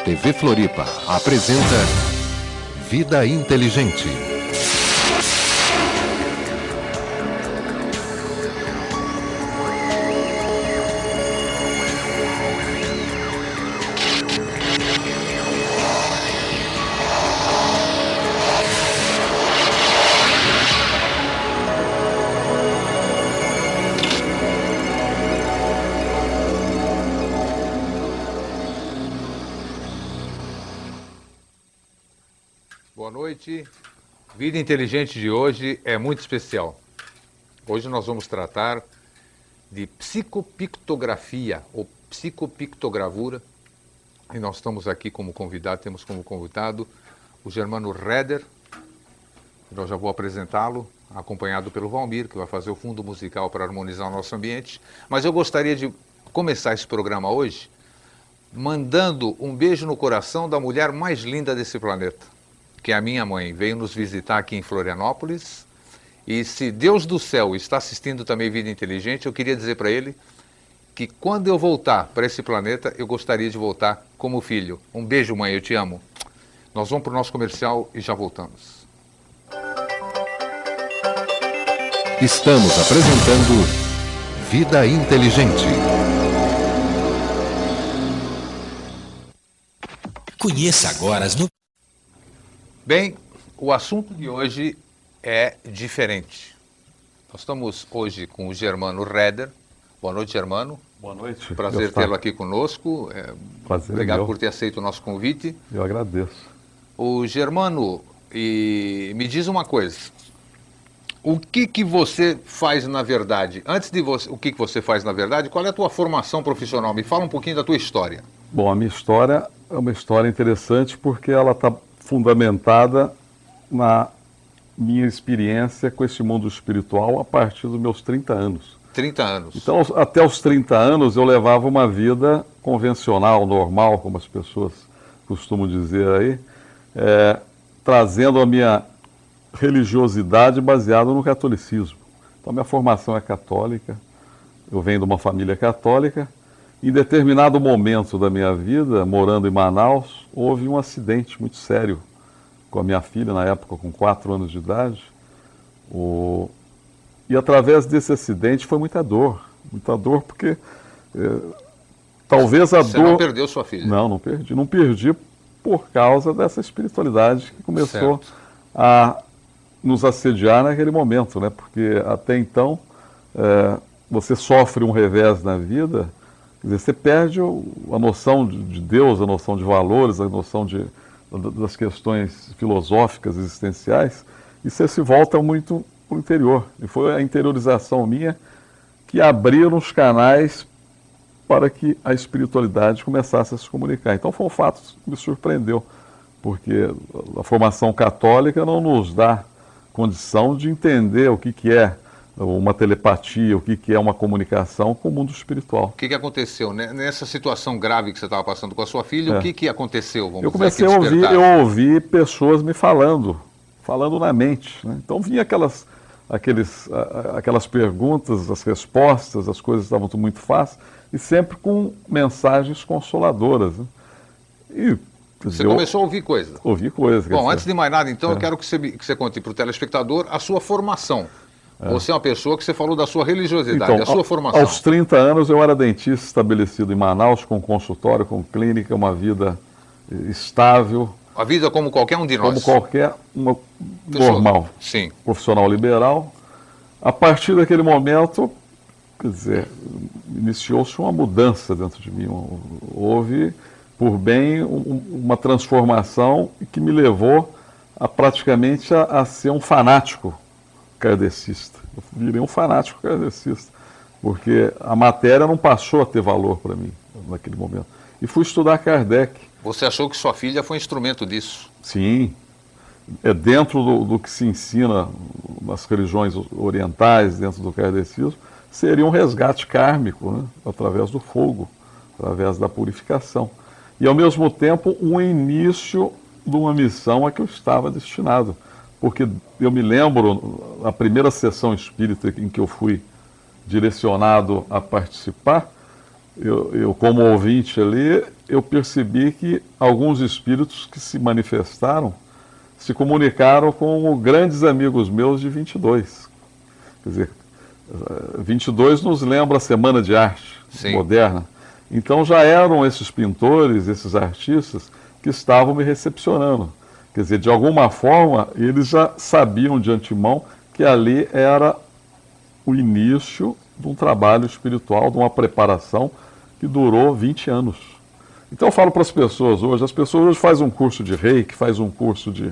TV Floripa apresenta Vida Inteligente. Boa noite. Vida Inteligente de hoje é muito especial. Hoje nós vamos tratar de psicopictografia ou psicopictogravura. E nós estamos aqui temos como convidado o Germano Reder. Eu já vou apresentá-lo, acompanhado pelo Valmir, que vai fazer o fundo musical para harmonizar o nosso ambiente. Mas eu gostaria de começar esse programa hoje mandando um beijo no coração da mulher mais linda desse planeta, que é a minha mãe. Veio nos visitar aqui em Florianópolis, e se Deus do céu está assistindo também Vida Inteligente, eu queria dizer para ele que quando eu voltar para esse planeta, eu gostaria de voltar como filho. Um beijo, mãe, eu te amo. Nós vamos para o nosso comercial e já voltamos. Estamos apresentando Vida Inteligente. Conheça agora as novidades. Bem, o assunto de hoje é diferente. Nós estamos hoje com o Germano Reder. Boa noite, Germano. Boa noite. Prazer tê-lo aqui conosco. Prazer Obrigado meu. por ter aceito o nosso convite. Eu agradeço. O Germano, me diz uma coisa. O que você faz na verdade? Antes de você, o que você faz na verdade, qual é a tua formação profissional? Me fala um pouquinho da tua história. Bom, a minha história é uma história interessante porque ela está fundamentada na minha experiência com esse mundo espiritual a partir dos meus 30 anos. 30 anos. Então, até os 30 anos, eu levava uma vida convencional, normal, como as pessoas costumam dizer aí, trazendo a minha religiosidade baseada no catolicismo. Então, minha formação é católica, eu venho de uma família católica. Em determinado momento da minha vida, morando em Manaus, houve um acidente muito sério com a minha filha, na época com 4 anos de idade. E através desse acidente foi muita dor porque talvez a dor... Você não perdeu sua filha? Não perdi. Não perdi por causa dessa espiritualidade que começou certo. a nos assediar naquele momento, né? Porque até então você sofre um revés na vida. Quer dizer, você perde a noção de Deus, a noção de valores, a noção das questões filosóficas, existenciais, e você se volta muito para o interior. E foi a interiorização minha que abriu os canais para que a espiritualidade começasse a se comunicar. Então foi um fato que me surpreendeu, porque a formação católica não nos dá condição de entender o que é uma telepatia, o que é uma comunicação com o mundo espiritual. O que aconteceu nessa situação grave que você estava passando com a sua filha? O que aconteceu? Eu comecei a ouvir pessoas me falando na mente, né? Então vinha aquelas perguntas, as respostas, as coisas estavam tudo muito fáceis e sempre com mensagens consoladoras, né? E você começou a ouvir coisas? Ouvi coisas. Bom, antes de mais nada, então, eu quero que você conte para o telespectador a sua formação. Você é uma pessoa que você falou da sua religiosidade, então, a sua formação. Aos 30 anos eu era dentista estabelecido em Manaus, com consultório, com clínica, uma vida estável. A vida como qualquer um de nós. Como qualquer uma normal. Sim. Profissional liberal. A partir daquele momento, quer dizer, iniciou-se uma mudança dentro de mim. Houve, por bem, uma transformação que me levou praticamente a ser um fanático kardecista. Eu virei um fanático kardecista, porque a matéria não passou a ter valor para mim naquele momento. E fui estudar Kardec. Você achou que sua filha foi instrumento disso? Sim. É dentro do que se ensina nas religiões orientais, dentro do kardecismo, seria um resgate kármico, né? Através do fogo, através da purificação. E, ao mesmo tempo, um início de uma missão a que eu estava destinado. Porque eu me lembro, a primeira sessão espírita em que eu fui direcionado a participar, eu como ouvinte ali, eu percebi que alguns espíritos que se manifestaram se comunicaram com grandes amigos meus de 22. Quer dizer, 22 nos lembra a Semana de Arte Sim. Moderna. Então já eram esses pintores, esses artistas que estavam me recepcionando. Quer dizer, de alguma forma, eles já sabiam de antemão que ali era o início de um trabalho espiritual, de uma preparação que durou 20 anos. Então eu falo para as pessoas hoje, as pessoas hoje fazem um curso de reiki, fazem um curso de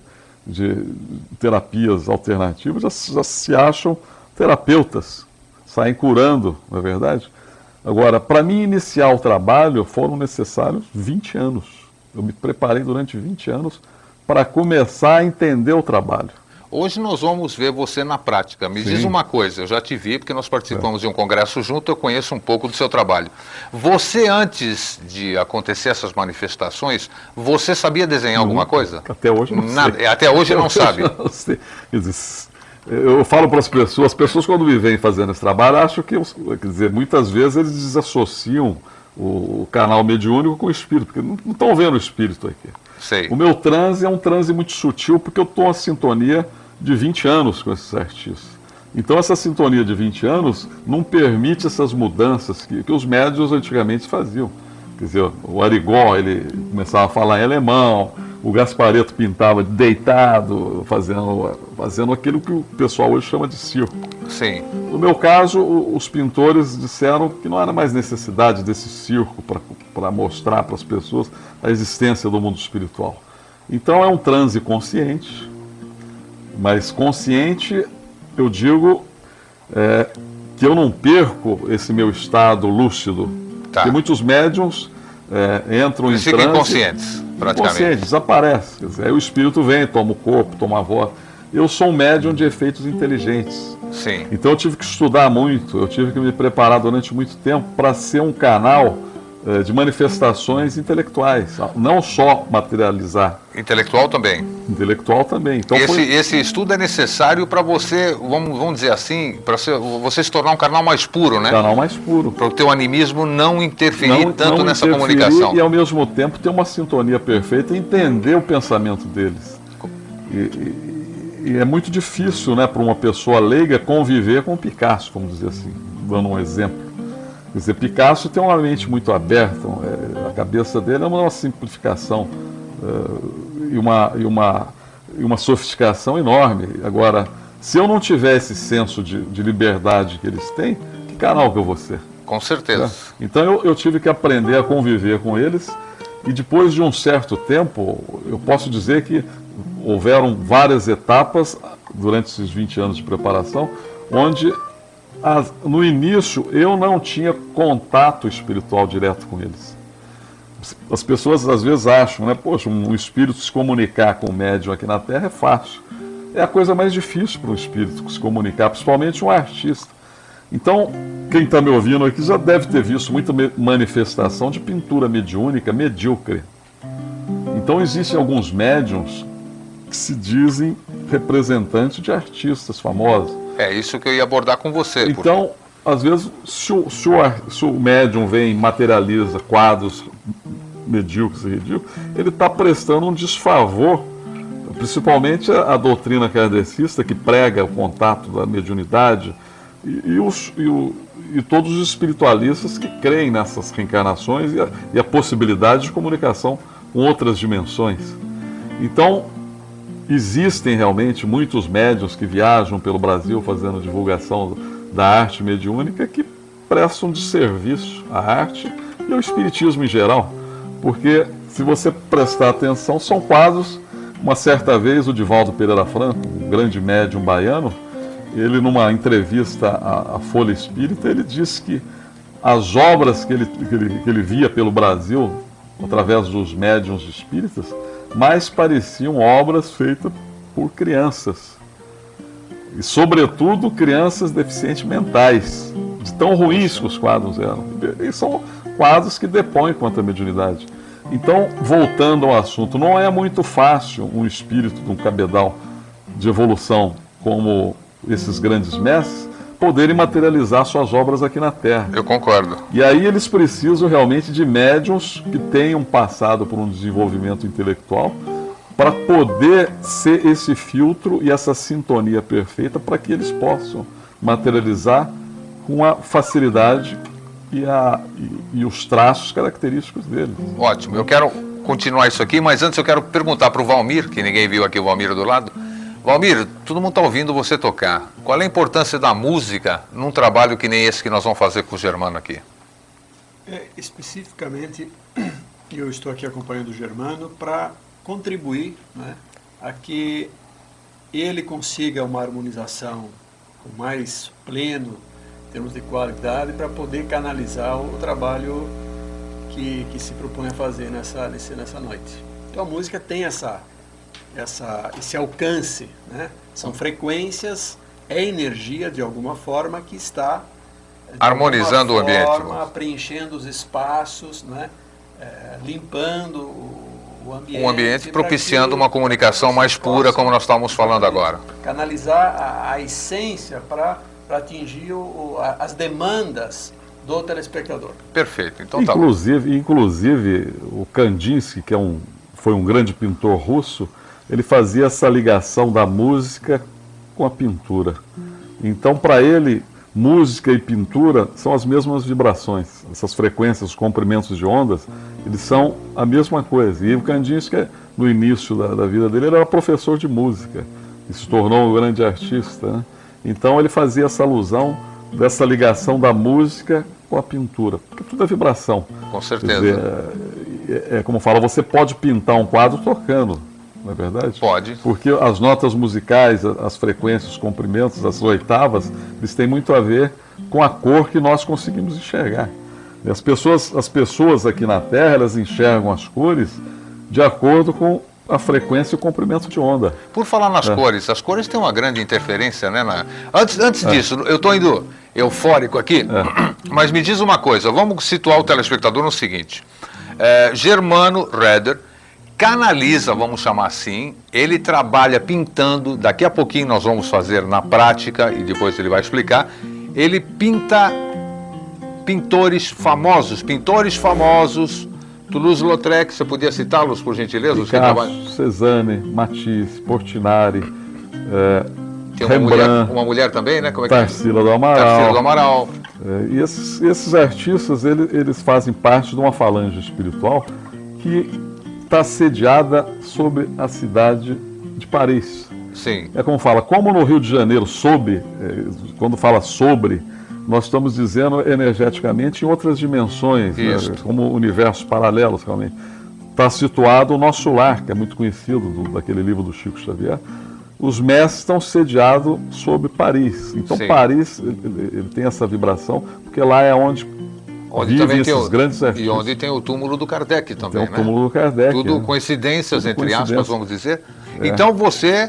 terapias alternativas, já se acham terapeutas, saem curando, não é verdade? Agora, para mim iniciar o trabalho foram necessários 20 anos. Eu me preparei durante 20 anos para começar a entender o trabalho. Hoje nós vamos ver você na prática. Me diz uma coisa, eu já te vi, porque nós participamos de um congresso junto, eu conheço um pouco do seu trabalho. Você, antes de acontecer essas manifestações, você sabia desenhar alguma coisa? Até hoje não sei. Até hoje não sabe? Não sei. Quer dizer, eu falo para as pessoas quando me veem fazendo esse trabalho, acham que, quer dizer, muitas vezes eles desassociam o canal mediúnico com o espírito, porque não estão vendo o espírito aqui. Sei. O meu transe é um transe muito sutil, porque eu estou em sintonia de 20 anos com esses artistas. Então essa sintonia de 20 anos não permite essas mudanças que os médiuns antigamente faziam. Quer dizer, o Arigó, ele começava a falar em alemão, o Gasparetto pintava deitado, fazendo aquilo que o pessoal hoje chama de circo. Sim. No meu caso, os pintores disseram que não era mais necessidade desse circo para mostrar para as pessoas a existência do mundo espiritual. Então é um transe consciente, mas consciente, eu digo, que eu não perco esse meu estado lúcido. Tá. Porque muitos médiums entram em ficam transe... inconscientes, praticamente. Inconsciente, desaparece. Quer dizer, aí o espírito vem, toma o corpo, toma a voz. Eu sou um médium de efeitos inteligentes. Sim. Então eu tive que estudar muito, eu tive que me preparar durante muito tempo para ser um canal de manifestações intelectuais, não só materializar. Intelectual também. Intelectual também. Então Esse estudo é necessário para você, vamos dizer assim, para você se tornar um canal mais puro, né? Canal mais puro. Para o teu animismo não interferir tanto nessa interferir comunicação. E ao mesmo tempo ter uma sintonia perfeita e entender o pensamento deles. E é muito difícil, né, para uma pessoa leiga conviver com Picasso, vamos dizer assim, dando um exemplo. Quer dizer, Picasso tem uma mente muito aberta, a cabeça dele é uma simplificação e uma sofisticação enorme. Agora, se eu não tiver esse senso de liberdade que eles têm, que canal que eu vou ser? Com certeza. Então eu tive que aprender a conviver com eles e depois de um certo tempo, eu posso dizer que houveram várias etapas durante esses 20 anos de preparação, onde no início eu não tinha contato espiritual direto com eles. As pessoas às vezes acham, né, poxa, um espírito se comunicar com um médium aqui na Terra é fácil. É a coisa mais difícil para um espírito se comunicar, principalmente um artista. Então, quem está me ouvindo aqui já deve ter visto muita manifestação de pintura mediúnica medíocre. Então existem alguns médiums que se dizem representantes de artistas famosos. É isso que eu ia abordar com você. Então, às vezes, se o médium vem e materializa quadros medíocres e ridículos, ele está prestando um desfavor, principalmente a doutrina kardecista, que prega o contato da mediunidade, e todos os espiritualistas que creem nessas reencarnações e a possibilidade de comunicação com outras dimensões. Então, existem realmente muitos médiuns que viajam pelo Brasil fazendo divulgação da arte mediúnica que prestam de serviço à arte e ao espiritismo em geral. Porque, se você prestar atenção, são quadros. Uma certa vez, o Divaldo Pereira Franco, um grande médium baiano, ele, numa entrevista à Folha Espírita, ele disse que as obras que ele via pelo Brasil, através dos médiuns espíritas, mais pareciam obras feitas por crianças. E, sobretudo, crianças deficientes mentais, de tão ruins que os quadros eram. E são quadros que depõem contra a mediunidade. Então, voltando ao assunto, não é muito fácil um espírito de um cabedal de evolução como esses grandes mestres poderem materializar suas obras aqui na Terra. Eu concordo. E aí eles precisam realmente de médiuns que tenham passado por um desenvolvimento intelectual para poder ser esse filtro e essa sintonia perfeita para que eles possam materializar com a facilidade e os traços característicos deles. Ótimo, eu quero continuar isso aqui, mas antes eu quero perguntar para o Valmir, que ninguém viu aqui o Valmir do lado. Valmir, todo mundo está ouvindo você tocar. Qual é a importância da música num trabalho que nem esse que nós vamos fazer com o Germano aqui? Especificamente, eu estou aqui acompanhando o Germano para contribuir, né, a que ele consiga uma harmonização com mais pleno, em termos de qualidade, para poder canalizar o trabalho que se propõe a fazer nessa noite. Então a música tem esse alcance, né? São frequências, é energia de alguma forma que está harmonizando o ambiente, preenchendo os espaços, né? Limpando o ambiente, propiciando uma comunicação mais pura, como nós estávamos falando agora. Canalizar a essência para atingir as demandas do telespectador. Perfeito. Então inclusive o Kandinsky, que foi um grande pintor russo, ele fazia essa ligação da música com a pintura. Então, para ele, música e pintura são as mesmas vibrações. Essas frequências, os comprimentos de ondas, eles são a mesma coisa. E o Kandinsky, no início da vida dele, ele era professor de música e se tornou um grande artista, né? Então, ele fazia essa alusão dessa ligação da música com a pintura, porque tudo é vibração. Com certeza. Quer dizer, como fala, você pode pintar um quadro tocando, não é verdade? Pode. Porque as notas musicais, as frequências, os comprimentos, as oitavas, eles têm muito a ver com a cor que nós conseguimos enxergar. E as pessoas aqui na Terra, elas enxergam as cores de acordo com a frequência e o comprimento de onda. Por falar nas cores, as cores têm uma grande interferência, né? Antes disso, eu estou indo eufórico aqui, mas me diz uma coisa, vamos situar o telespectador no seguinte. Germano Raeder canaliza, vamos chamar assim, ele trabalha pintando, daqui a pouquinho nós vamos fazer na prática e depois ele vai explicar, ele pinta pintores famosos, Toulouse-Lautrec, você podia citá-los por gentileza? Picasso, Cézanne, Matisse, Portinari, tem Rembrandt, uma mulher também, né? Como é que Tarsila do Amaral. Tarsila do Amaral. E esses artistas, eles fazem parte de uma falange espiritual que está sediada sobre a cidade de Paris. Sim. É como fala, como no Rio de Janeiro, quando fala sobre, nós estamos dizendo energeticamente em outras dimensões, né, como universos paralelos realmente. Está situado o nosso lar, que é muito conhecido daquele livro do Chico Xavier. Os mestres estão sediados sobre Paris. Então Paris ele tem essa vibração, porque lá é onde vivem esses grandes artistas. E onde tem o túmulo do Kardec também, tem o túmulo do Kardec. Tudo coincidências, entre aspas, vamos dizer. Então você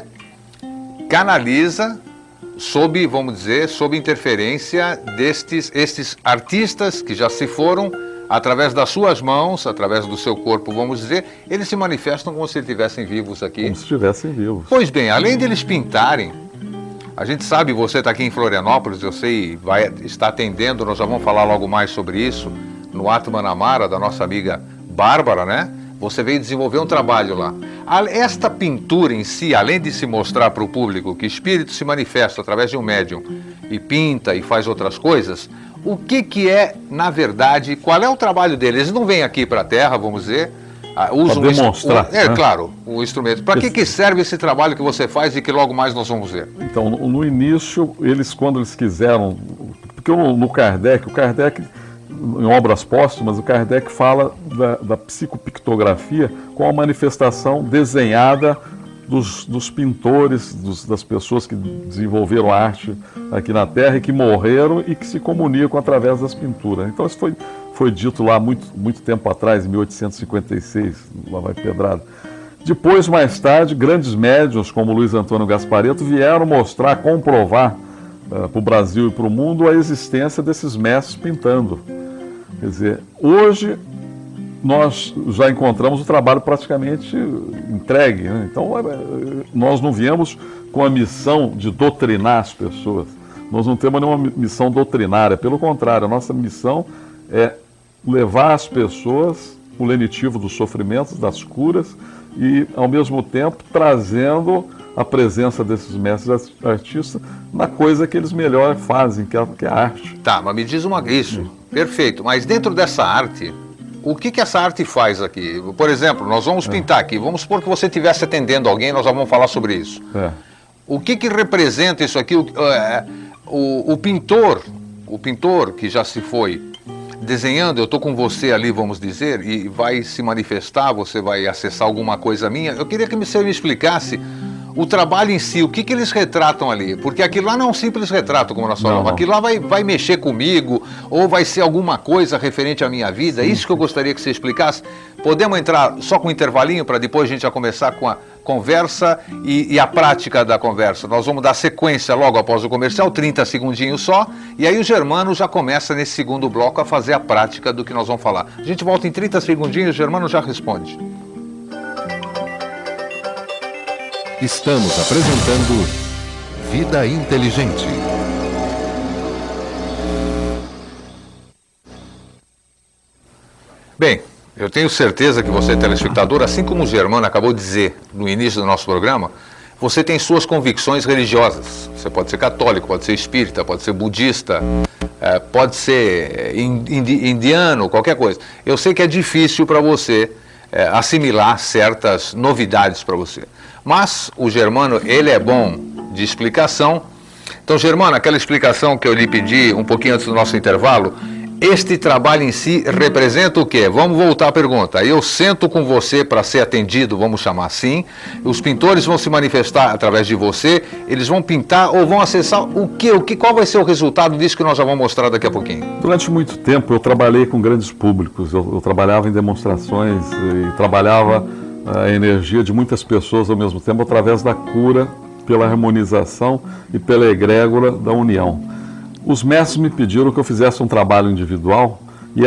canaliza sob interferência estes artistas que já se foram, através das suas mãos, através do seu corpo, vamos dizer, eles se manifestam como se estivessem vivos aqui. Como se estivessem vivos. Pois bem, além deles pintarem, a gente sabe, você está aqui em Florianópolis, eu sei, está atendendo, nós já vamos falar logo mais sobre isso, no Atmanamara, da nossa amiga Bárbara, né? Você veio desenvolver um trabalho lá. Esta pintura em si, além de se mostrar para o público que espírito se manifesta através de um médium e pinta e faz outras coisas, o que é, na verdade, qual é o trabalho deles? Eles não vêm aqui para a Terra, vamos dizer, usam para demonstrar. Claro, o instrumento. Para que serve esse trabalho que você faz e que logo mais nós vamos ver? Então, no início, quando eles quiseram, porque no Kardec, em obras póstumas, o Kardec fala da psicopictografia com a manifestação desenhada dos pintores, das pessoas que desenvolveram a arte aqui na Terra e que morreram e que se comunicam através das pinturas. Então isso foi dito lá muito tempo atrás, em 1856, lá vai pedrada. Depois, mais tarde, grandes médiuns como Luiz Antônio Gasparetto vieram mostrar, comprovar para o Brasil e para o mundo a existência desses mestres pintando. Quer dizer, hoje nós já encontramos o trabalho praticamente entregue, né? Então nós não viemos com a missão de doutrinar as pessoas. Nós não temos nenhuma missão doutrinária, pelo contrário, a nossa missão é levar às pessoas o lenitivo dos sofrimentos, das curas e, ao mesmo tempo, trazendo a presença desses mestres artistas na coisa que eles melhor fazem, que é a arte. Tá, mas me diz isso, perfeito, mas dentro dessa arte, o que essa arte faz aqui? Por exemplo, nós vamos pintar aqui, vamos supor que você estivesse atendendo alguém, nós já vamos falar sobre isso. O que representa isso aqui? O pintor que já se foi desenhando, eu estou com você ali, vamos dizer, e vai se manifestar, você vai acessar alguma coisa minha. Eu queria que você me explicasse o trabalho em si, o que eles retratam ali, porque aquilo lá não é um simples retrato, como nós falamos, aquilo lá vai mexer comigo, ou vai ser alguma coisa referente à minha vida. É isso que eu gostaria que você explicasse. Podemos entrar só com um intervalinho, para depois a gente já começar com a conversa e a prática da conversa. Nós vamos dar sequência logo após o comercial, 30 segundinhos só, e aí o Germano já começa nesse segundo bloco a fazer a prática do que nós vamos falar. A gente volta em 30 segundinhos, o Germano já responde. Estamos apresentando Vida Inteligente. Bem, eu tenho certeza que você, telespectador, assim como o Germano acabou de dizer no início do nosso programa, você tem suas convicções religiosas. Você pode ser católico, pode ser espírita, pode ser budista, pode ser indiano, qualquer coisa. Eu sei que é difícil para você assimilar certas novidades para você. Mas o Germano, ele é bom de explicação. Então, Germano, aquela explicação que eu lhe pedi um pouquinho antes do nosso intervalo, este trabalho em si representa o quê? Vamos voltar à pergunta. Eu sento com você para ser atendido, vamos chamar assim. Os pintores vão se manifestar através de você. Eles vão pintar ou vão acessar o quê? Qual vai ser o resultado disso que nós já vamos mostrar daqui a pouquinho? Durante muito tempo eu trabalhei com grandes públicos. Eu trabalhava em demonstrações e trabalhava a energia de muitas pessoas ao mesmo tempo através da cura, pela harmonização e pela egrégora da união. Os mestres me pediram que eu fizesse um trabalho individual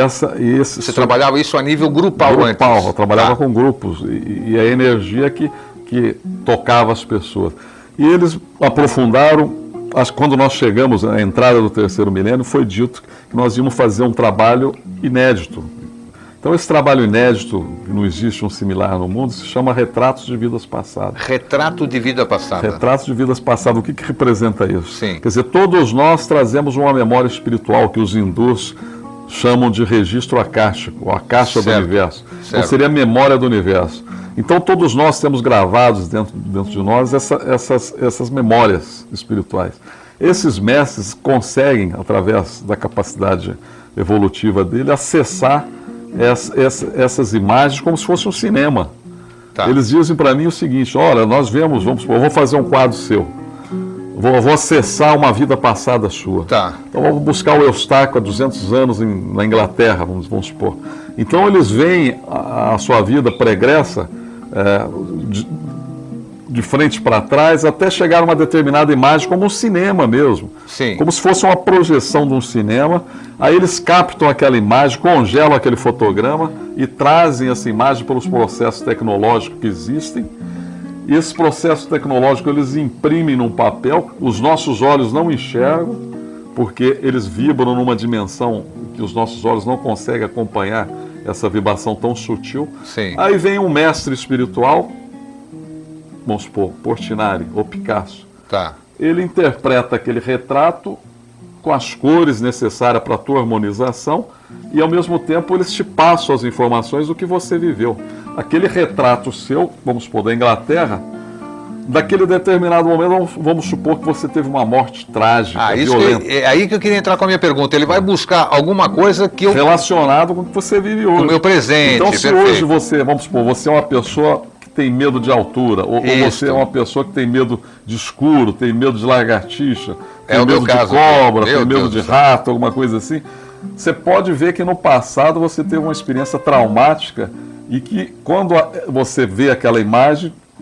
Você trabalhava isso a nível grupal antes? Eu trabalhava com grupos e a energia que tocava as pessoas. E eles aprofundaram, quando nós chegamos à entrada do terceiro milênio, foi dito que nós íamos fazer um trabalho inédito. Então esse trabalho inédito, não existe um similar no mundo, se chama Retratos de Vidas Passadas. Retrato de vida passada. Retratos de Vidas Passadas. O que representa isso? Sim. Quer dizer, todos nós trazemos uma memória espiritual que os hindus chamam de registro akáshico, ou akasha do universo. Então seria a memória do universo. Então todos nós temos gravados dentro de nós essas memórias espirituais. Esses mestres conseguem, através da capacidade evolutiva dele, acessar essas imagens como se fosse um cinema. Tá. Eles dizem para mim o seguinte: olha, nós vemos, vamos supor, eu vou fazer um quadro seu, vou acessar uma vida passada sua. Tá. Então vamos buscar o Eustáquio há 200 anos na Inglaterra, vamos supor. Então eles veem a sua vida pregressa de frente para trás, até chegar a uma determinada imagem, como um cinema mesmo. Sim. Como se fosse uma projeção de um cinema. Aí eles captam aquela imagem, congelam aquele fotograma e trazem essa imagem pelos processos tecnológicos que existem. E esses processos tecnológicos eles imprimem num papel, os nossos olhos não enxergam, porque eles vibram numa dimensão que os nossos olhos não conseguem acompanhar essa vibração tão sutil. Sim. Aí vem um mestre espiritual, vamos supor, Portinari ou Picasso. Tá. Ele interpreta aquele retrato com as cores necessárias para a tua harmonização e, ao mesmo tempo, eles te passam as informações do que você viveu. Aquele retrato seu, vamos supor, da Inglaterra, daquele determinado momento, vamos supor que você teve uma morte trágica, violenta. É aí que eu queria entrar com a minha pergunta. Ele vai buscar alguma coisa que eu... relacionado com o que você vive hoje. Com o meu presente, então, se perfeito. Hoje você, vamos supor, você é uma pessoa que tem medo de altura, ou você é uma pessoa que tem medo de escuro, tem medo de lagartixa, tem medo de cobra, tem medo de rato, alguma coisa assim, você pode ver que no passado você teve uma experiência traumática e que quando você vê aquela imagem,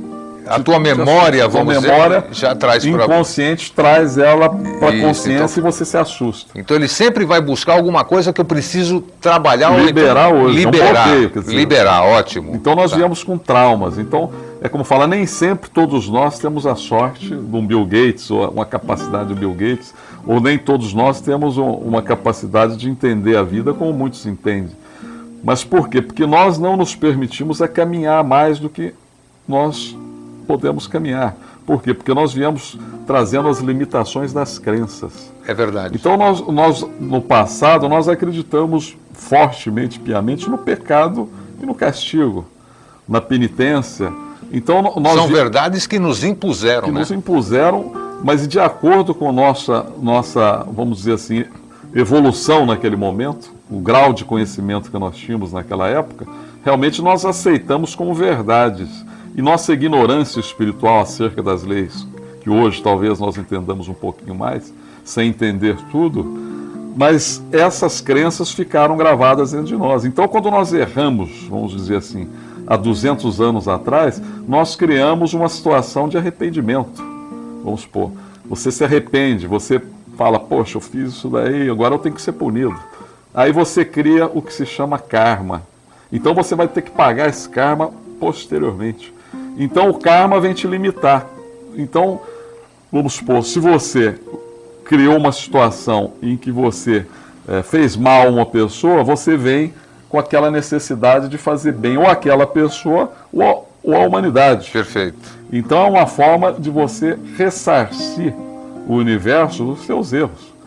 A tua memória, a tua vamos memória dizer, já traz para... inconsciente traz ela para a consciência, então, e você se assusta. Então ele sempre vai buscar alguma coisa que eu preciso trabalhar. Liberar ou então, hoje, liberar, é um bloqueio, quer dizer. Liberar, ótimo. Então nós Tá. viemos com traumas. Então, é como fala, nem sempre todos nós temos a sorte de um Bill Gates, ou uma capacidade do Bill Gates, ou nem todos nós temos uma capacidade de entender a vida como muitos entendem. Mas por quê? Porque nós não nos permitimos a caminhar mais do que nós podemos caminhar. Por quê? Porque nós viemos trazendo as limitações das crenças. É verdade. Então nós no passado, nós acreditamos fortemente, piamente, no pecado e no castigo, na penitência. Então, São verdades que nos impuseram, né? Nos impuseram, mas de acordo com nossa, vamos dizer assim, evolução naquele momento, o grau de conhecimento que nós tínhamos naquela época, realmente nós aceitamos como verdades. E nossa ignorância espiritual acerca das leis, que hoje talvez nós entendamos um pouquinho mais, sem entender tudo, mas essas crenças ficaram gravadas dentro de nós. Então, quando nós erramos, vamos dizer assim, há 200 anos atrás, nós criamos uma situação de arrependimento. Vamos supor, você se arrepende, você fala, poxa, eu fiz isso daí, agora eu tenho que ser punido. Aí você cria o que se chama karma. Então você vai ter que pagar esse karma posteriormente. Então o karma vem te limitar. Então, vamos supor, se você criou uma situação em que você fez mal a uma pessoa, você vem com aquela necessidade de fazer bem ou àquela pessoa ou à humanidade. Perfeito. Então é uma forma de você ressarcir o universo dos seus erros.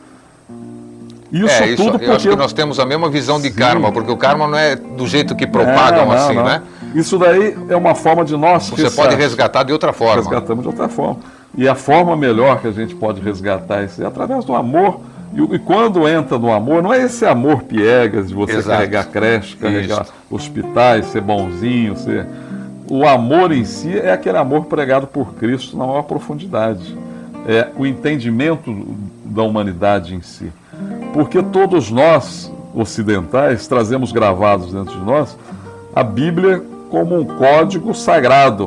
Isso tudo porque... Eu acho que nós temos a mesma visão de karma, porque o karma não é do jeito que propagam assim, não. né? Isso daí é uma forma de nós... Você pode resgatar de outra forma. Resgatamos de outra forma. E a forma melhor que a gente pode resgatar isso é através do amor. E quando entra no amor, não é esse amor piegas de você carregar creche, carregar hospitais, ser bonzinho, ser... O amor em si é aquele amor pregado por Cristo na maior profundidade. É o entendimento da humanidade em si. Porque todos nós, ocidentais, trazemos gravados dentro de nós a Bíblia como um código sagrado.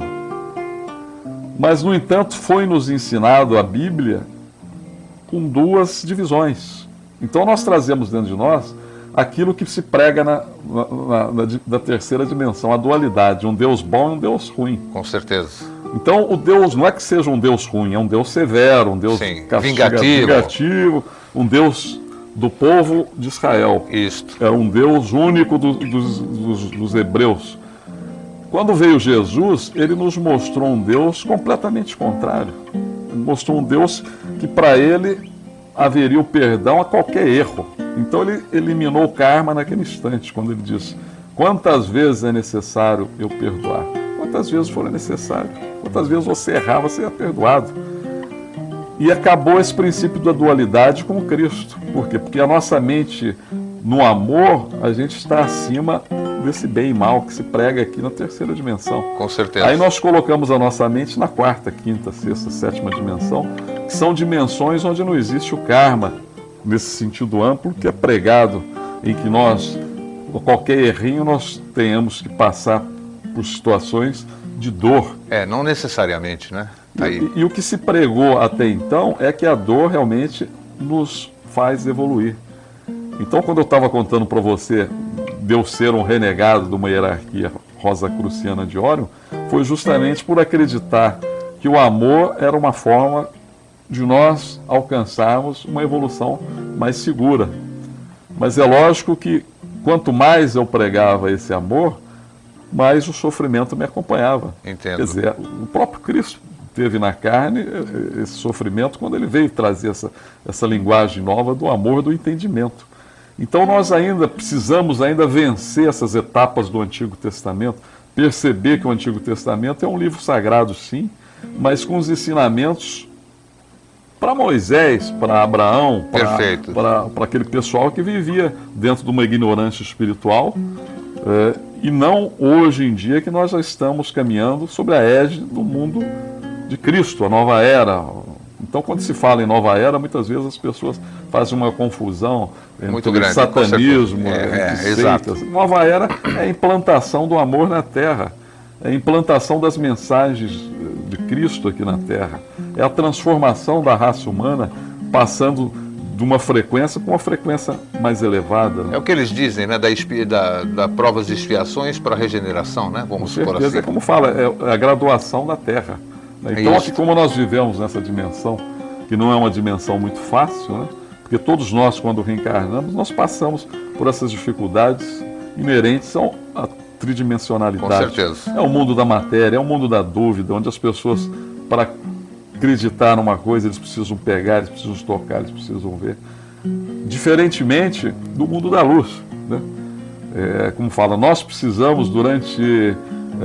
Mas, no entanto, foi-nos ensinado a Bíblia com duas divisões. Então, nós trazemos dentro de nós aquilo que se prega na terceira dimensão, a dualidade, um Deus bom e um Deus ruim. Com certeza. Então, o Deus não é que seja um Deus ruim, é um Deus severo, um Deus vingativo, um Deus do povo de Israel. Isto. É um Deus único dos hebreus. Quando veio Jesus, ele nos mostrou um Deus completamente contrário. Ele mostrou um Deus que para ele haveria o perdão a qualquer erro. Então ele eliminou o karma naquele instante, quando ele disse: quantas vezes é necessário eu perdoar? Quantas vezes for necessário? Quantas vezes você errar, você é perdoado. E acabou esse princípio da dualidade com o Cristo. Por quê? Porque a nossa mente, no amor, a gente está acima desse bem e mal que se prega aqui na terceira dimensão. Com certeza. Aí nós colocamos a nossa mente na quarta, quinta, sexta, sétima dimensão, que são dimensões onde não existe o karma, nesse sentido amplo, que é pregado, em que nós, qualquer errinho, nós tenhamos que passar por situações de dor. Não necessariamente, né? E o que se pregou até então é que a dor realmente nos faz evoluir. Então, quando eu estava contando para você de eu ser um renegado de uma hierarquia rosacruciana de Órion, foi justamente por acreditar que o amor era uma forma de nós alcançarmos uma evolução mais segura. Mas é lógico que quanto mais eu pregava esse amor, mais o sofrimento me acompanhava. Entendo. Quer dizer, o próprio Cristo teve na carne esse sofrimento quando ele veio trazer essa linguagem nova do amor, do entendimento. Então nós precisamos vencer essas etapas do Antigo Testamento, perceber que o Antigo Testamento é um livro sagrado, sim, mas com os ensinamentos para Moisés, para Abraão, para aquele pessoal que vivia dentro de uma ignorância espiritual, e não hoje em dia que nós já estamos caminhando sobre a égide do mundo de Cristo, a nova era. Então, quando se fala em nova era, muitas vezes as pessoas fazem uma confusão entre satanismo, entre seitas. Nova era é a implantação do amor na Terra. é a implantação das mensagens de Cristo aqui na Terra. É a transformação da raça humana passando de uma frequência para uma frequência mais elevada. Né? É o que eles dizem, né? Da provas de expiações para a regeneração, né? Vamos Com supor certeza, assim. é como fala, é a graduação da Terra. Né? Então, aqui como nós vivemos nessa dimensão, que não é uma dimensão muito fácil, né? Porque todos nós, quando reencarnamos, nós passamos por essas dificuldades inerentes à tridimensionalidade. Com certeza. É o mundo da matéria, é o mundo da dúvida, onde as pessoas, para acreditar numa coisa, eles precisam pegar, eles precisam tocar, eles precisam ver. Diferentemente do mundo da luz. Né? Como fala, nós precisamos, durante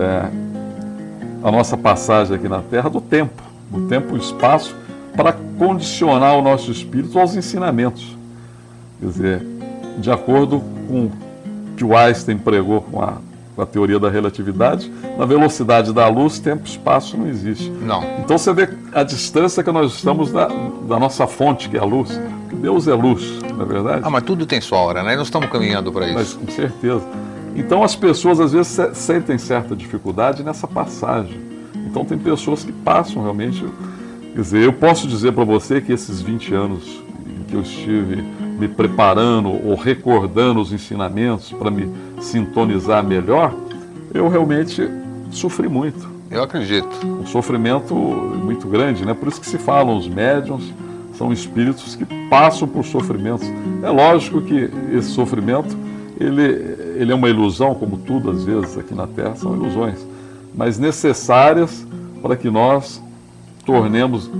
a nossa passagem aqui na Terra, do tempo e espaço, para condicionar o nosso espírito aos ensinamentos. Quer dizer, de acordo com o que o Einstein pregou com a teoria da relatividade, na velocidade da luz, tempo e espaço não existe. Não. Então você vê a distância que nós estamos da nossa fonte, que é a luz. Porque Deus é luz, não é verdade? Ah, mas tudo tem sua hora, né? E nós estamos caminhando para Mas isso. com certeza. Então as pessoas às vezes sentem certa dificuldade nessa passagem. Então tem pessoas que passam realmente. Quer dizer, eu posso dizer para você que esses 20 anos em que eu estive me preparando ou recordando os ensinamentos para me sintonizar melhor, eu realmente sofri muito. Eu acredito. Um sofrimento muito grande, né? Por isso que se falam, os médiuns são espíritos que passam por sofrimentos. É lógico que esse sofrimento, ele é uma ilusão, como tudo às vezes aqui na Terra, são ilusões, mas necessárias para que nós tornemos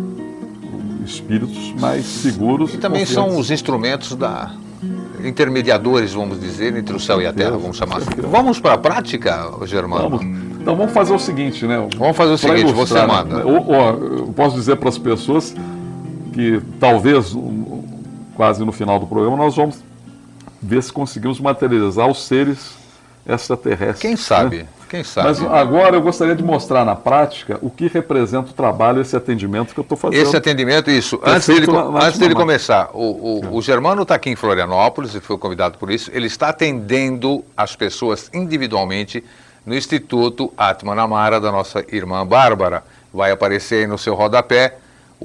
espíritos mais seguros. E também são os instrumentos intermediadores, vamos dizer, entre o céu e a terra, vamos chamar assim. Vamos para a prática, Germano? Vamos. Então vamos fazer o seguinte, né? Vamos fazer o seguinte, você manda. Né? Eu posso dizer para as pessoas que talvez, quase no final do programa, nós vamos ver se conseguimos materializar os seres extraterrestres. Quem sabe? Né? Quem sabe? Mas agora eu gostaria de mostrar na prática o que representa o trabalho, esse atendimento que eu estou fazendo. Esse atendimento, isso. É Antes dele começar, o Germano está aqui em Florianópolis e foi convidado por isso. Ele está atendendo as pessoas individualmente no Instituto Atman Amara da nossa irmã Bárbara. Vai aparecer aí no seu rodapé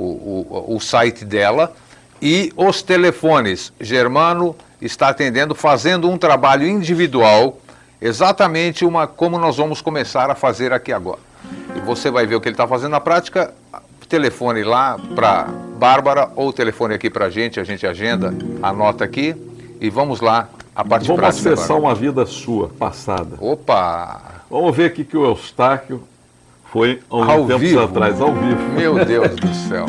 o site dela e os telefones. Germano está atendendo, fazendo um trabalho individual, exatamente como nós vamos começar a fazer aqui agora. E você vai ver o que ele está fazendo na prática. Telefone lá para Bárbara ou telefone aqui para a gente agenda, anota aqui e vamos lá, a parte vamos prática. Vamos acessar agora. Uma vida sua, passada. Opa! Vamos ver aqui que o Eustáquio foi há uns tempos atrás, ao vivo. Meu Deus do céu!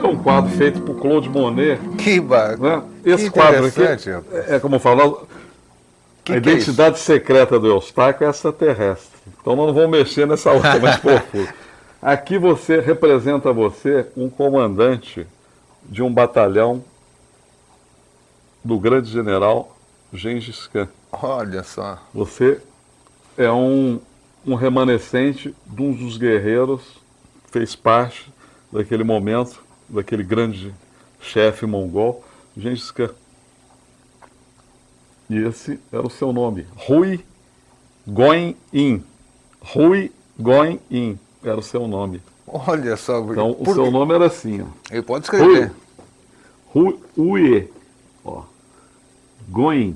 é um quadro feito por Claude Monet. Que Né? Esse quadro aqui é como eu falo, a identidade secreta do Eustáquio é extraterrestre. Então nós não vamos mexer nessa outra mais profunda. Aqui representa um comandante de um batalhão do grande general Gengis Khan. Olha só. Você é um remanescente de um dos guerreiros que fez parte daquele momento, daquele grande chefe mongol, Gengis Khan. E esse era o seu nome, Rui Goin-in. Rui Goin-in era o seu nome. Olha só. Então, o seu nome era assim, ó. Ele pode escrever. Rui, ó. Goin-in.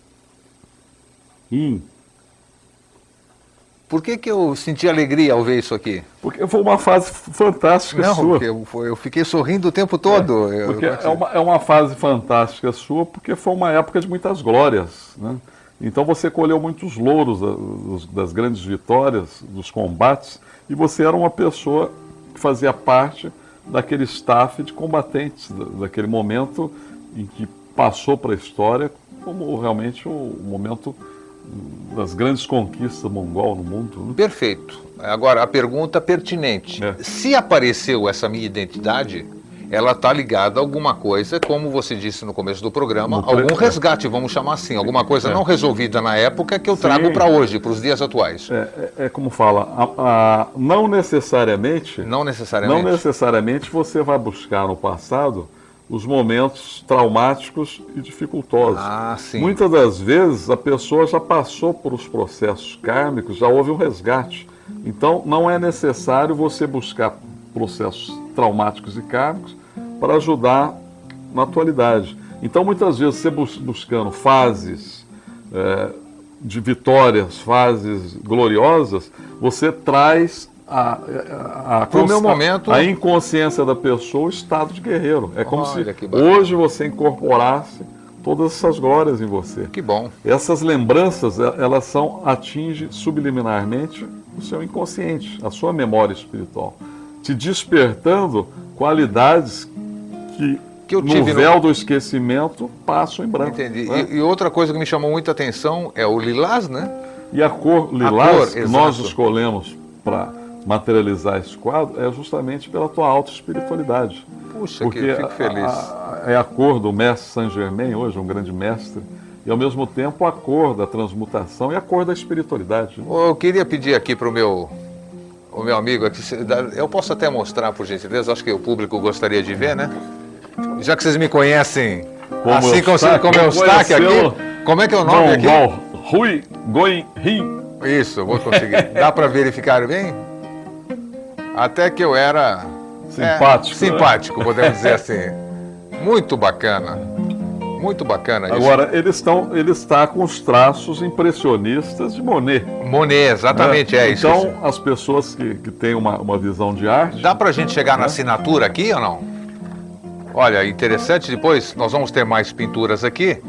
Por que eu senti alegria ao ver isso aqui? Porque foi uma fase fantástica sua. Porque eu fiquei sorrindo o tempo todo. Porque é uma fase fantástica sua, porque foi uma época de muitas glórias, né? Então você colheu muitos louros das grandes vitórias, dos combates, e você era uma pessoa que fazia parte daquele staff de combatentes, daquele momento em que passou para a história como realmente o momento das grandes conquistas mongol no mundo. Né? Perfeito. Agora, a pergunta pertinente. Se apareceu essa minha identidade, ela está ligada a alguma coisa, como você disse no começo do programa, algum resgate, vamos chamar assim, alguma coisa não resolvida na época que eu trago para hoje, para os dias atuais. É como fala, não necessariamente você vai buscar no passado os momentos traumáticos e dificultosos. Sim. Muitas das vezes a pessoa já passou por os processos kármicos, já houve um resgate. Então não é necessário você buscar processos traumáticos e kármicos para ajudar na atualidade. Então muitas vezes você buscando fases de vitórias, fases gloriosas, você traz a inconsciência da pessoa, o estado de guerreiro. É como se hoje você incorporasse todas essas glórias em você. Que bom. Essas lembranças, elas atingem subliminarmente o seu inconsciente, a sua memória espiritual, te despertando qualidades que no véu do esquecimento passam em branco. Entendi. Né? E outra coisa que me chamou muita atenção é o lilás, né? E a cor lilás que nós escolhemos para materializar esse quadro é justamente pela tua autoespiritualidade. Puxa, porque eu fico feliz. É a cor do mestre Saint-Germain, hoje um grande mestre, e ao mesmo tempo a cor da transmutação e a cor da espiritualidade. Eu queria pedir aqui para o meu amigo, aqui, eu posso até mostrar, por gentileza, acho que o público gostaria de ver, né? Já que vocês me conhecem, assim como eu Eustáquio aqui, como é que é o nome aqui? Rui Goin-in. Isso, eu vou conseguir. Dá para verificar bem? Até que eu era simpático, podemos dizer assim. Muito bacana. Muito bacana isso. Agora, ele está com os traços impressionistas de Monet. Monet, exatamente, isso. Então, as pessoas que têm uma visão de arte... Dá pra gente chegar na assinatura aqui ou não? Olha, interessante, depois nós vamos ter mais pinturas aqui,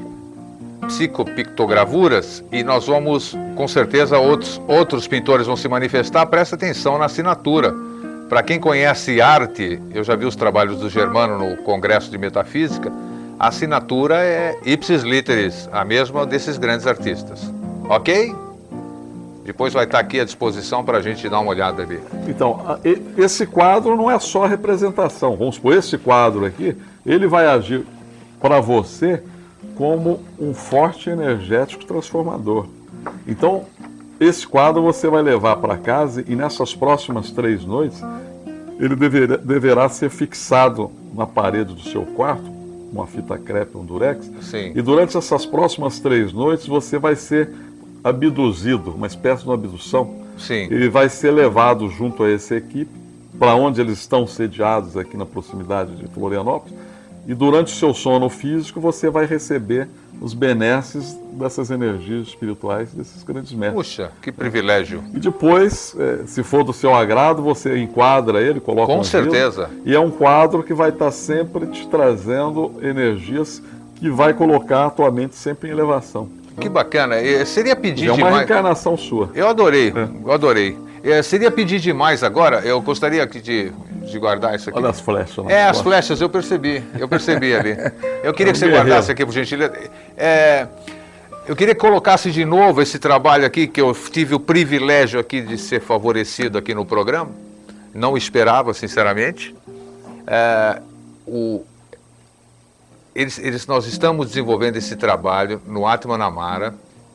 psicopictogravuras, e nós vamos, com certeza, outros pintores vão se manifestar. Presta atenção na assinatura. Para quem conhece arte, eu já vi os trabalhos do Germano no Congresso de Metafísica, a assinatura é ipsis literis, a mesma desses grandes artistas. Ok? Depois vai estar aqui à disposição para a gente dar uma olhada ali. Então, esse quadro não é só representação. Vamos supor, esse quadro aqui, ele vai agir para você como um forte energético transformador. Então, esse quadro você vai levar para casa e nessas próximas 3 noites, ele deverá ser fixado na parede do seu quarto, uma fita crepe, um durex. Sim. E durante essas próximas 3 noites, você vai ser abduzido, uma espécie de uma abdução. Sim. Ele vai ser levado junto a essa equipe, para onde eles estão sediados aqui na proximidade de Florianópolis, e durante o seu sono físico você vai receber os benesses dessas energias espirituais desses grandes mestres. Puxa, que privilégio. E depois, se for do seu agrado, você enquadra ele, coloca com certeza. E é um quadro que vai estar sempre te trazendo energias que vai colocar a tua mente sempre em elevação. Que bacana. Seria pedir demais... É uma reencarnação sua. Eu adorei, eu adorei. Seria pedir demais agora, eu gostaria de de guardar isso aqui. Olha as flechas lá. É, as flechas, eu percebi ali. Eu queria que você guardasse aqui, por gentileza. Eu queria que colocasse de novo esse trabalho aqui, que eu tive o privilégio aqui de ser favorecido aqui no programa. Não esperava, sinceramente. Nós estamos desenvolvendo esse trabalho no Atmanamara.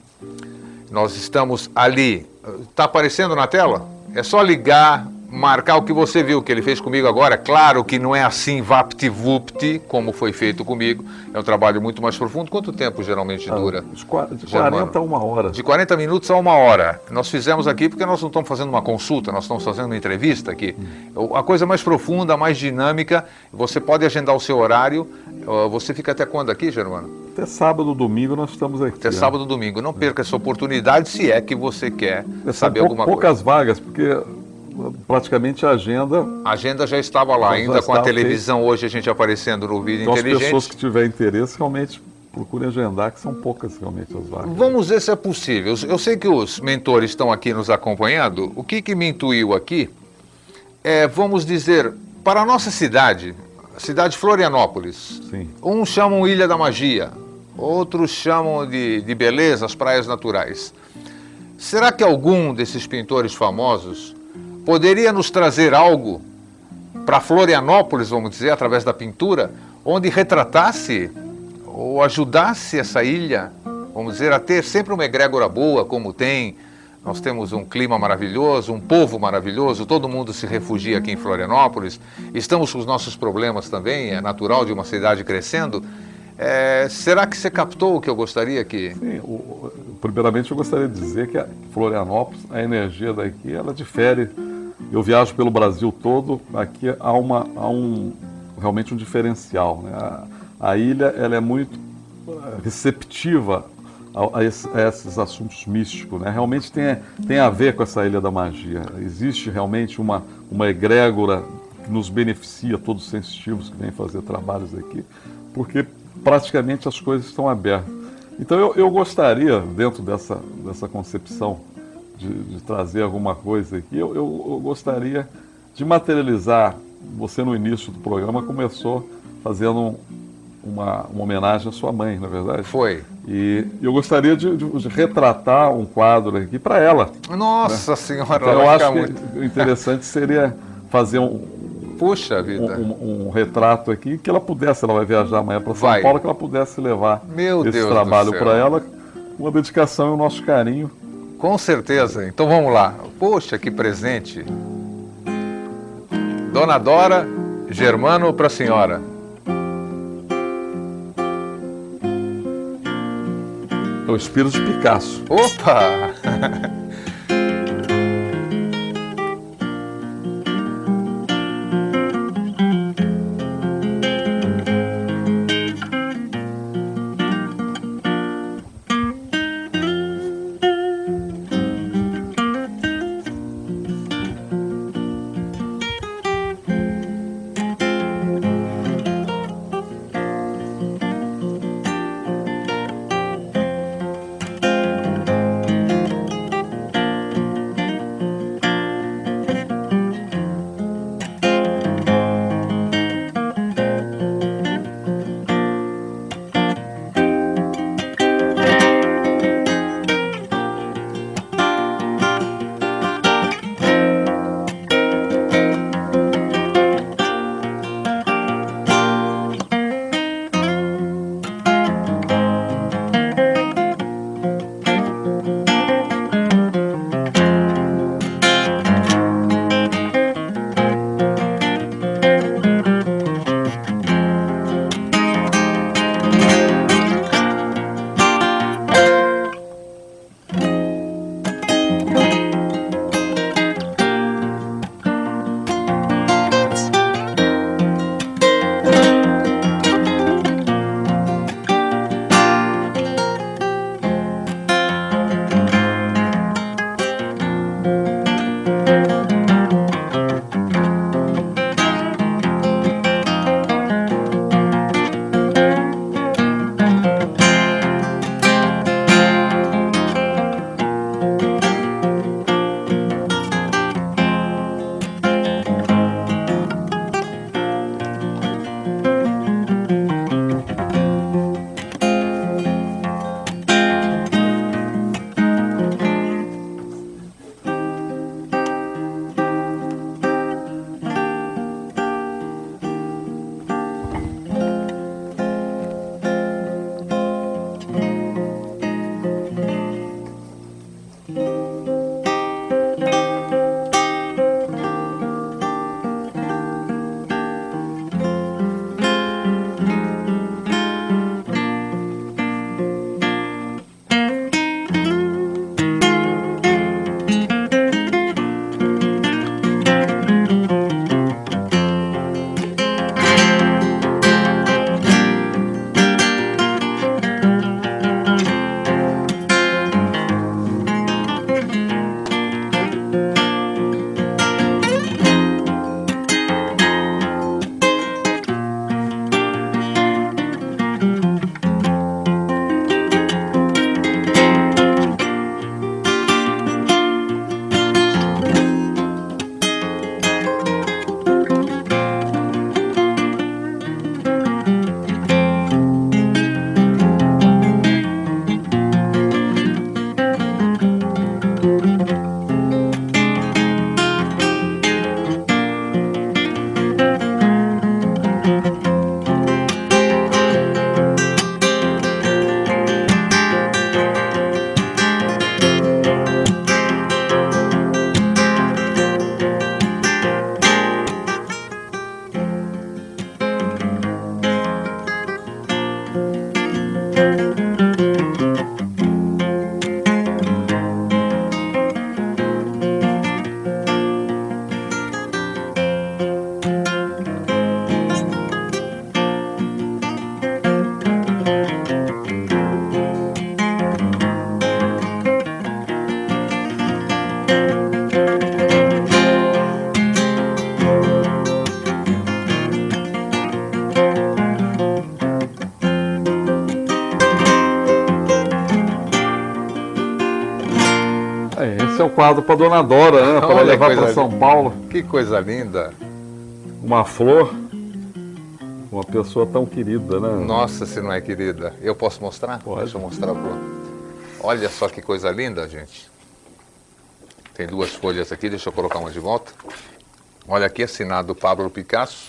Nós estamos ali. Está aparecendo na tela? É só ligar, marcar o que você viu, que ele fez comigo agora. Claro que não é assim vapt-vupt, como foi feito comigo. É um trabalho muito mais profundo. Quanto tempo geralmente dura? De 40 a 1 hora. De 40 minutos a 1 hora. Nós fizemos aqui porque nós não estamos fazendo uma consulta, nós estamos fazendo uma entrevista aqui. A coisa mais profunda, mais dinâmica, você pode agendar o seu horário. Você fica até quando aqui, Germano? Até sábado, domingo nós estamos aqui. Até sábado, domingo. Não perca essa oportunidade, se é que você quer saber alguma coisa. Poucas vagas, porque praticamente a agenda... A agenda já estava lá, ainda com a televisão hoje a gente aparecendo no Vida Inteligente. As pessoas que tiverem interesse realmente procurem agendar, que são poucas realmente as vagas. Vamos ver se é possível. Eu sei que os mentores estão aqui nos acompanhando. O que me intuiu aqui é, vamos dizer, para a nossa cidade, a cidade de Florianópolis. Sim. Uns chamam Ilha da Magia, outros chamam de beleza, as praias naturais. Será que algum desses pintores famosos poderia nos trazer algo para Florianópolis, vamos dizer, através da pintura, onde retratasse ou ajudasse essa ilha, vamos dizer, a ter sempre uma egrégora boa, como tem. Nós temos um clima maravilhoso, um povo maravilhoso, todo mundo se refugia aqui em Florianópolis. Estamos com os nossos problemas também, é natural de uma cidade crescendo. Será que você captou o que eu gostaria que... Sim, primeiramente eu gostaria de dizer que Florianópolis, a energia daqui, ela difere. Eu viajo pelo Brasil todo, aqui há realmente um diferencial, né? A ilha, ela é muito receptiva a esses assuntos místicos, né? Realmente tem a ver com essa Ilha da Magia. Existe realmente uma egrégora que nos beneficia, todos os sensitivos que vêm fazer trabalhos aqui, porque praticamente as coisas estão abertas. Então eu gostaria, dentro dessa concepção de trazer alguma coisa aqui, eu gostaria de materializar. Você no início do programa começou fazendo uma homenagem à sua mãe, não é verdade? Foi. E eu gostaria de retratar um quadro aqui para ela. Nossa, né? Senhora, então, eu acho que o interessante seria fazer Puxa vida. Um retrato aqui, que ela vai viajar amanhã para São Paulo, que ela pudesse levar esse trabalho para ela, com a dedicação e o nosso carinho. Com certeza. Então vamos lá. Poxa, que presente. Dona Dora, Germano para a senhora. É o espírito de Picasso. Opa! quadro para Dona Dora, né? Para Olha, levar coisa para São linda. Paulo. Que coisa linda. Uma flor, uma pessoa tão querida, né? Nossa, se não é querida. Eu posso mostrar? Pode. Deixa eu mostrar pro... Olha só que coisa linda, gente. Tem 2 folhas aqui, deixa eu colocar uma de volta. Olha aqui, assinado Pablo Picasso,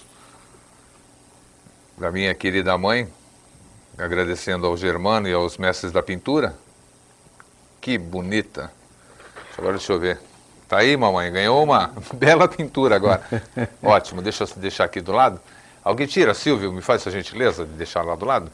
da minha querida mãe, agradecendo ao Germano e aos mestres da pintura. Que bonita. Agora deixa eu ver. Tá aí, mamãe, ganhou uma bela pintura agora. Ótimo, deixa eu deixar aqui do lado. Alguém tira, Silvio, me faz essa gentileza de deixar lá do lado.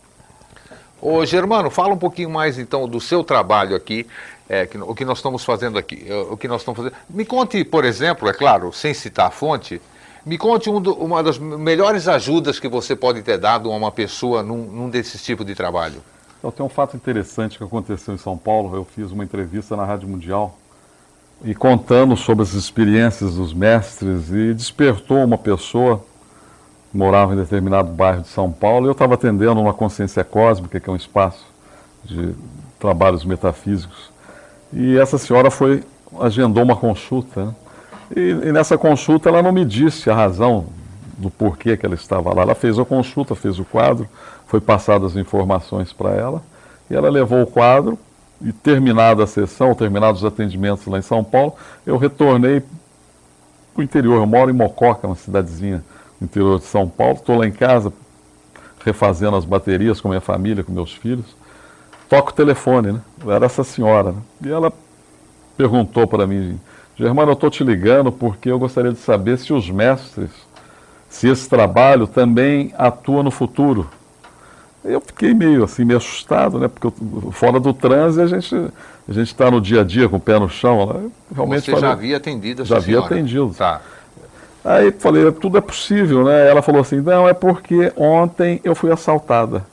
Ô Germano, fala um pouquinho mais então do seu trabalho aqui, o que nós estamos fazendo aqui, o que nós estamos fazendo. Me conte, por exemplo, é claro, sem citar a fonte, me conte uma das melhores ajudas que você pode ter dado a uma pessoa num desses tipos de trabalho. Então, tem um fato interessante que aconteceu em São Paulo. Eu fiz uma entrevista na Rádio Mundial e contando sobre as experiências dos mestres, e despertou uma pessoa que morava em determinado bairro de São Paulo, e eu estava atendendo uma consciência cósmica, que é um espaço de trabalhos metafísicos, e essa senhora agendou uma consulta, né? E nessa consulta ela não me disse a razão do porquê que ela estava lá. Ela fez a consulta, fez o quadro, foi passadas as informações para ela, e ela levou o quadro, e terminada a sessão, terminados os atendimentos lá em São Paulo, eu retornei para o interior. Eu moro em Mococa, uma cidadezinha no interior de São Paulo. Estou lá em casa, refazendo as baterias com minha família, com meus filhos. Toco o telefone, né? Era essa senhora, né? E ela perguntou para mim: Germano, eu estou te ligando porque eu gostaria de saber se os mestres, se esse trabalho também atua no futuro. Eu fiquei meio assustado, né? Porque fora do transe a gente está no dia a dia com o pé no chão. Né? Realmente você já havia atendido essa senhora? Já havia atendido. Tá. Aí falei, tudo é possível, né? Ela falou assim, não, é porque ontem eu fui assaltada.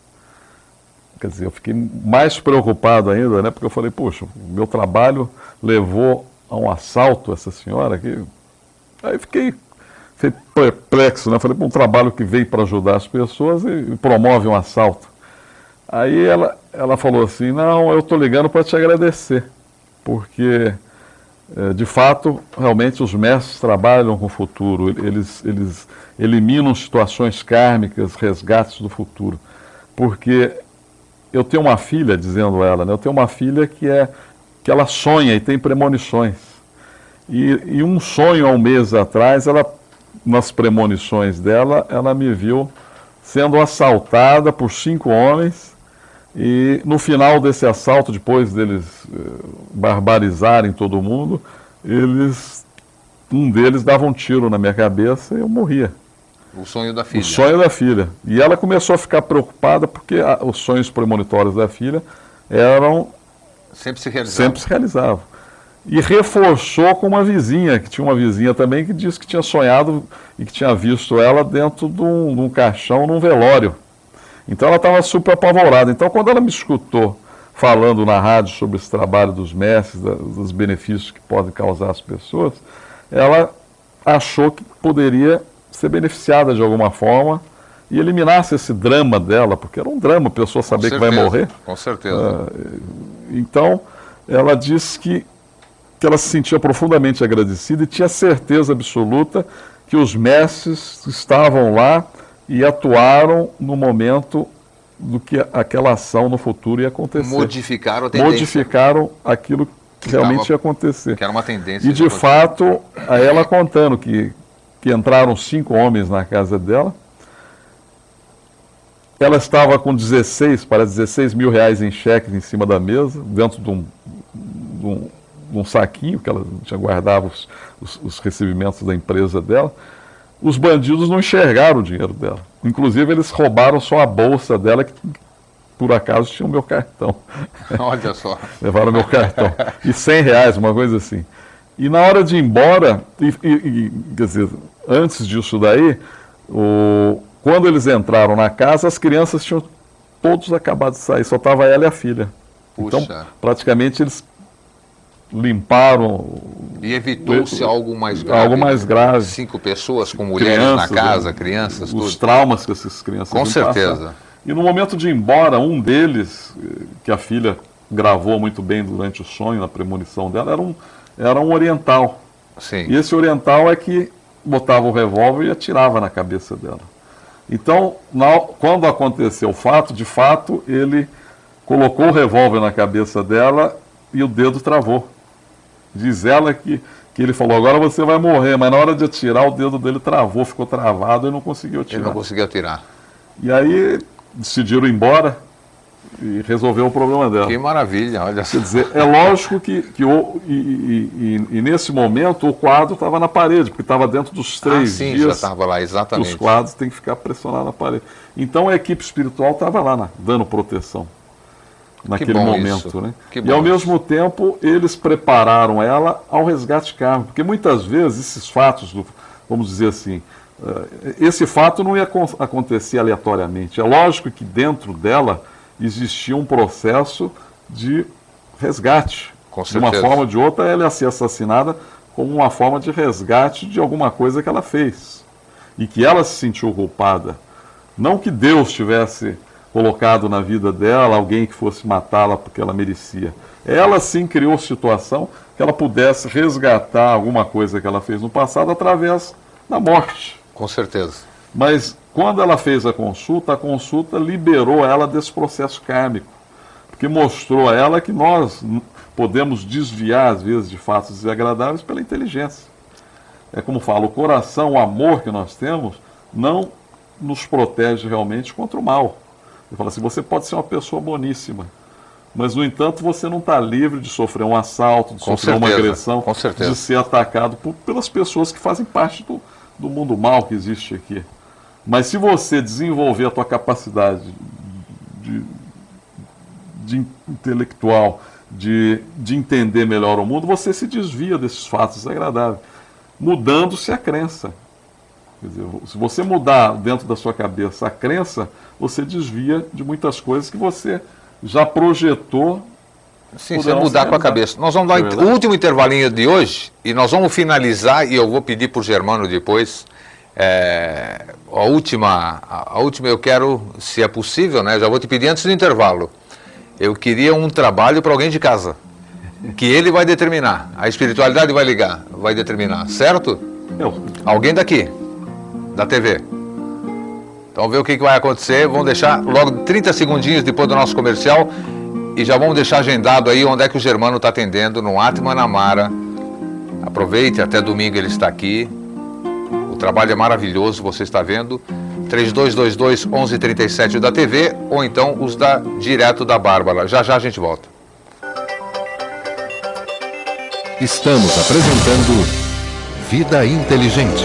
Quer dizer, eu fiquei mais preocupado ainda, né? Porque eu falei, puxa, o meu trabalho levou a um assalto essa senhora aqui. Aí fiquei perplexo, né? Falei, um trabalho que veio para ajudar as pessoas e promove um assalto. Aí ela falou assim, não, eu estou ligando para te agradecer, porque de fato, realmente os mestres trabalham com o futuro, eles eliminam situações kármicas, resgates do futuro. Porque eu tenho uma filha, dizendo ela, né? Eu tenho uma filha que ela sonha e tem premonições. E um sonho há um mês atrás, nas premonições dela, ela me viu sendo assaltada por 5 homens, e no final desse assalto, depois deles barbarizarem todo mundo, um deles dava um tiro na minha cabeça e eu morria. O sonho da filha. O sonho da filha. E ela começou a ficar preocupada porque os sonhos premonitórios da filha sempre se realizavam. Sempre se realizavam. E reforçou com uma vizinha, que tinha uma vizinha também, que disse que tinha sonhado e que tinha visto ela dentro de um caixão, num velório. Então ela estava super apavorada. Então quando ela me escutou falando na rádio sobre esse trabalho dos mestres, dos benefícios que podem causar às pessoas, ela achou que poderia ser beneficiada de alguma forma e eliminasse esse drama dela, porque era um drama a pessoa saber que vai morrer. Com certeza. Então ela disse que ela se sentia profundamente agradecida e tinha certeza absoluta que os mestres estavam lá e atuaram no momento do que aquela ação no futuro ia acontecer. Modificaram a tendência. Modificaram aquilo que realmente ia acontecer. Que era uma tendência. E de fato, ela contando que entraram 5 homens na casa dela, ela estava com 16 mil reais em cheques em cima da mesa, dentro de um saquinho que ela já guardava os recebimentos da empresa dela. Os bandidos não enxergaram o dinheiro dela. Inclusive, eles roubaram só a bolsa dela, que por acaso tinha o meu cartão. Olha só. Levaram o meu cartão. E 100 reais, uma coisa assim. E na hora de ir embora, quer dizer, antes disso daí, quando eles entraram na casa, as crianças tinham todos acabado de sair, só estava ela e a filha. Puxa. Então, praticamente, eles limparam. E evitou-se algo mais grave. Algo mais grave. 5 pessoas com mulheres na casa, crianças, tudo. Os traumas que essas crianças Com certeza. E no momento de ir embora, um deles, que a filha gravou muito bem durante o sonho, na premonição dela, era um oriental. Sim. E esse oriental é que botava o revólver e atirava na cabeça dela. Então, quando aconteceu o fato, de fato, ele colocou o revólver na cabeça dela e o dedo travou. Diz ela que ele falou, agora você vai morrer, mas na hora de atirar o dedo dele travou, ficou travado e não conseguiu atirar. Ele não conseguiu atirar. E aí decidiram ir embora e resolver o problema dela. Que maravilha, olha só. Quer dizer, é lógico que nesse momento o quadro estava na parede, porque estava dentro dos 3 sim, dias. já estava lá, exatamente. Os quadros têm que ficar pressionados na parede. Então a equipe espiritual estava lá, dando proteção naquele momento. Isso. Né? E ao mesmo tempo eles prepararam ela ao resgate kármico, porque muitas vezes esses fatos, vamos dizer assim, esse fato não ia acontecer aleatoriamente. É lógico que dentro dela existia um processo de resgate. Com de uma certeza. forma ou de outra, ela ia ser assassinada como uma forma de resgate de alguma coisa que ela fez. E que ela se sentiu culpada. Não que Deus tivesse colocado na vida dela alguém que fosse matá-la porque ela merecia. Ela sim criou situação que ela pudesse resgatar alguma coisa que ela fez no passado através da morte. Com certeza. Mas quando ela fez a consulta liberou ela desse processo kármico, porque mostrou a ela que nós podemos desviar, às vezes, de fatos desagradáveis pela inteligência. É como fala, o coração, o amor que nós temos, não nos protege realmente contra o mal. Ele fala assim, você pode ser uma pessoa boníssima, mas, no entanto, você não está livre de sofrer um assalto, de sofrer uma agressão, de ser atacado pelas pessoas que fazem parte do mundo mal que existe aqui. Mas se você desenvolver a tua capacidade de intelectual, de entender melhor o mundo, você se desvia desses fatos desagradáveis, mudando-se a crença. Quer dizer, se você mudar dentro da sua cabeça a crença, você desvia de muitas coisas que você já projetou. Sim, você mudar com a cabeça. Nós vamos dar o último intervalinho de hoje e nós vamos finalizar, e eu vou pedir para o Germano depois, a última eu quero, se é possível, né? Já vou te pedir antes do intervalo. Eu queria um trabalho para alguém de casa, que ele vai determinar, a espiritualidade vai determinar, certo? Alguém daqui, da TV. Então vamos ver o que vai acontecer, vamos deixar logo 30 segundinhos depois do nosso comercial e já vamos deixar agendado aí onde é que o Germano está atendendo, no Atmanamara. Aproveite, até domingo ele está aqui. O trabalho é maravilhoso, você está vendo. 3222-1137 da TV ou então os direto da Bárbara. Já já a gente volta. Estamos apresentando Vida Inteligente.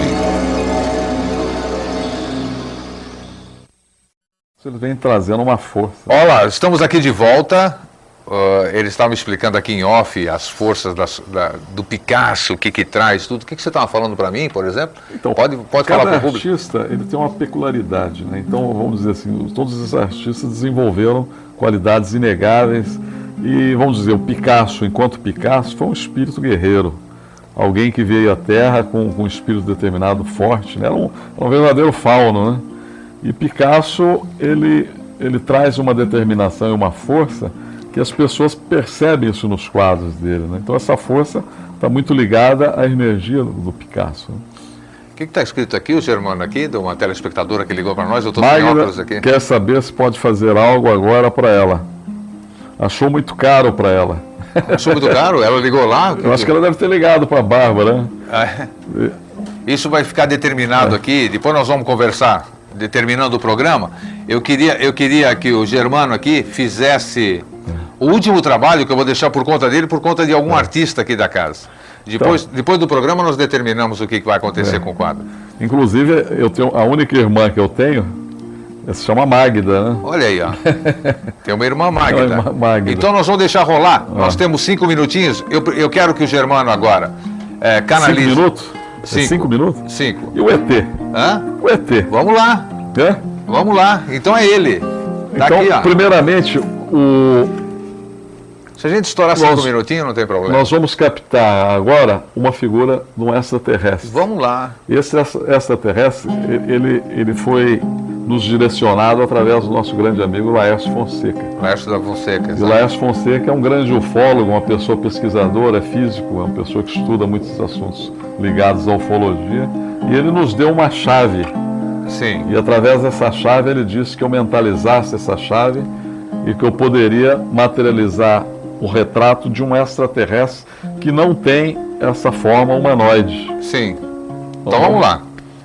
Ele vem trazendo uma força. Olá, estamos aqui de volta. Eles estavam explicando aqui em off as forças do Picasso, o que traz, tudo. O que você estava falando para mim, por exemplo? Então, pode falar para o público. Cada artista ele tem uma peculiaridade, né? Então, vamos dizer assim, todos os artistas desenvolveram qualidades inegáveis. E, vamos dizer, o Picasso, enquanto Picasso, foi um espírito guerreiro. Alguém que veio à Terra com um espírito determinado, forte, né? Era um verdadeiro fauno, né? E Picasso, ele traz uma determinação e uma força que as pessoas percebem isso nos quadros dele, né? Então essa força está muito ligada à energia do Picasso. Né? O que está escrito aqui, o Germano aqui, de uma telespectadora que ligou para nós? Eu estou sem óculos aqui. Quer saber se pode fazer algo agora para ela. Achou muito caro para ela. Achou muito caro? Ela ligou lá? Eu acho que ela deve ter ligado para a Bárbara. Isso vai ficar determinado aqui, depois nós vamos conversar, determinando o programa. Eu queria que o Germano aqui fizesse o último trabalho, que eu vou deixar por conta dele, por conta de algum artista aqui da casa. Depois do programa nós determinamos o que vai acontecer com o quadro. Inclusive, eu tenho a única irmã que eu tenho, se chama Magda, né? Olha aí, ó. Tem uma irmã Magda. Magda. Então nós vamos deixar rolar. Nós temos 5 minutinhos. Eu quero que o Germano agora canalize. 5 minutos? 5 minutos? 5. E o ET? Hã? O ET. Vamos lá. Vamos lá. Então é ele. Tá então, aqui, ó. primeiramente, se a gente estourar 5 minutinhos, não tem problema. Nós vamos captar agora uma figura de um extraterrestre. Vamos lá. Esse extraterrestre, ele foi nos direcionado através do nosso grande amigo Laércio Fonseca. Laércio da Fonseca. E o Laércio Fonseca é um grande ufólogo, uma pessoa pesquisadora, é físico, é uma pessoa que estuda muitos assuntos ligados à ufologia, e ele nos deu uma chave. Sim. E através dessa chave ele disse que eu mentalizasse essa chave e que eu poderia materializar o retrato de um extraterrestre que não tem essa forma humanoide. Sim. Então vamos lá.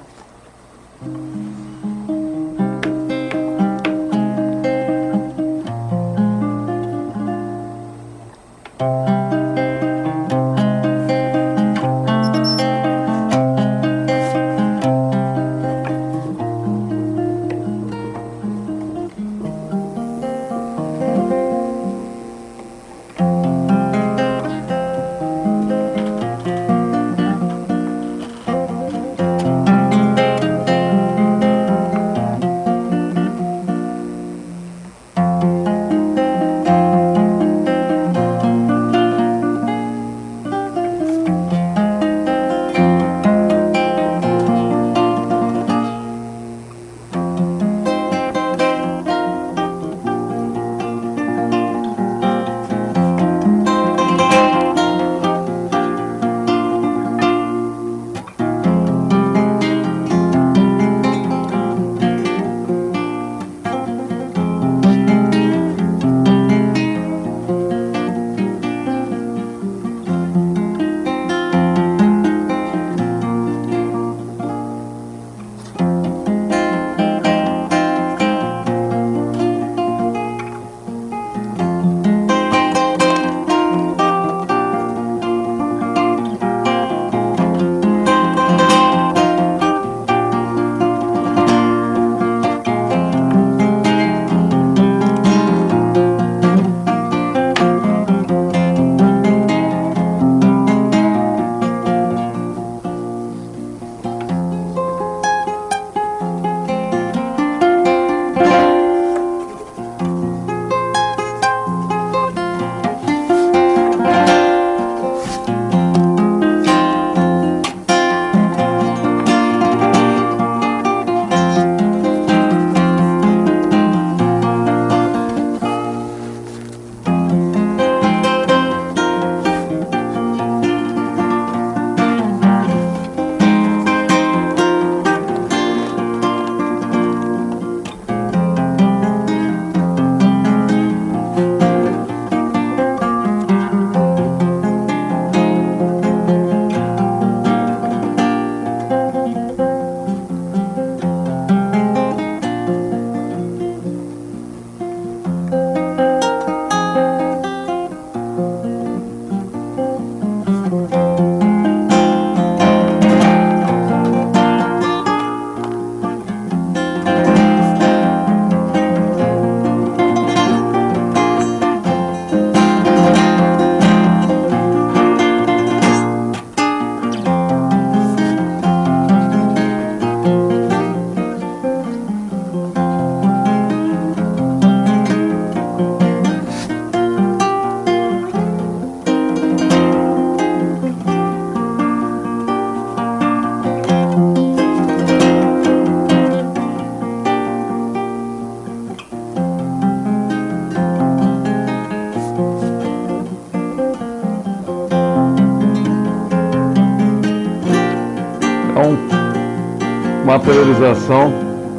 materialização.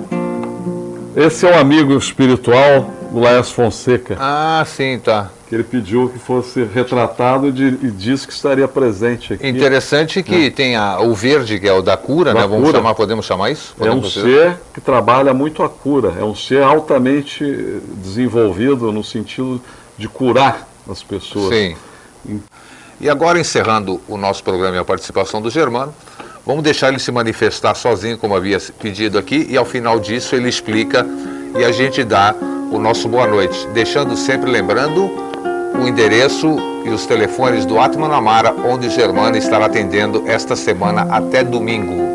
Esse é um amigo espiritual do Laércio Fonseca. Ah, sim, tá. Que ele pediu que fosse retratado e disse que estaria presente aqui. Interessante que tem o verde, que é o da cura, né? Vamos chamar, podemos chamar isso? Podemos ser que trabalha muito a cura. É um ser altamente desenvolvido no sentido de curar as pessoas. Sim. E agora, encerrando o nosso programa e a participação do Germano, vamos deixar ele se manifestar sozinho, como havia pedido aqui, e ao final disso ele explica e a gente dá o nosso boa noite, deixando sempre lembrando o endereço e os telefones do Atman Amara, onde o Germano estará atendendo esta semana até domingo.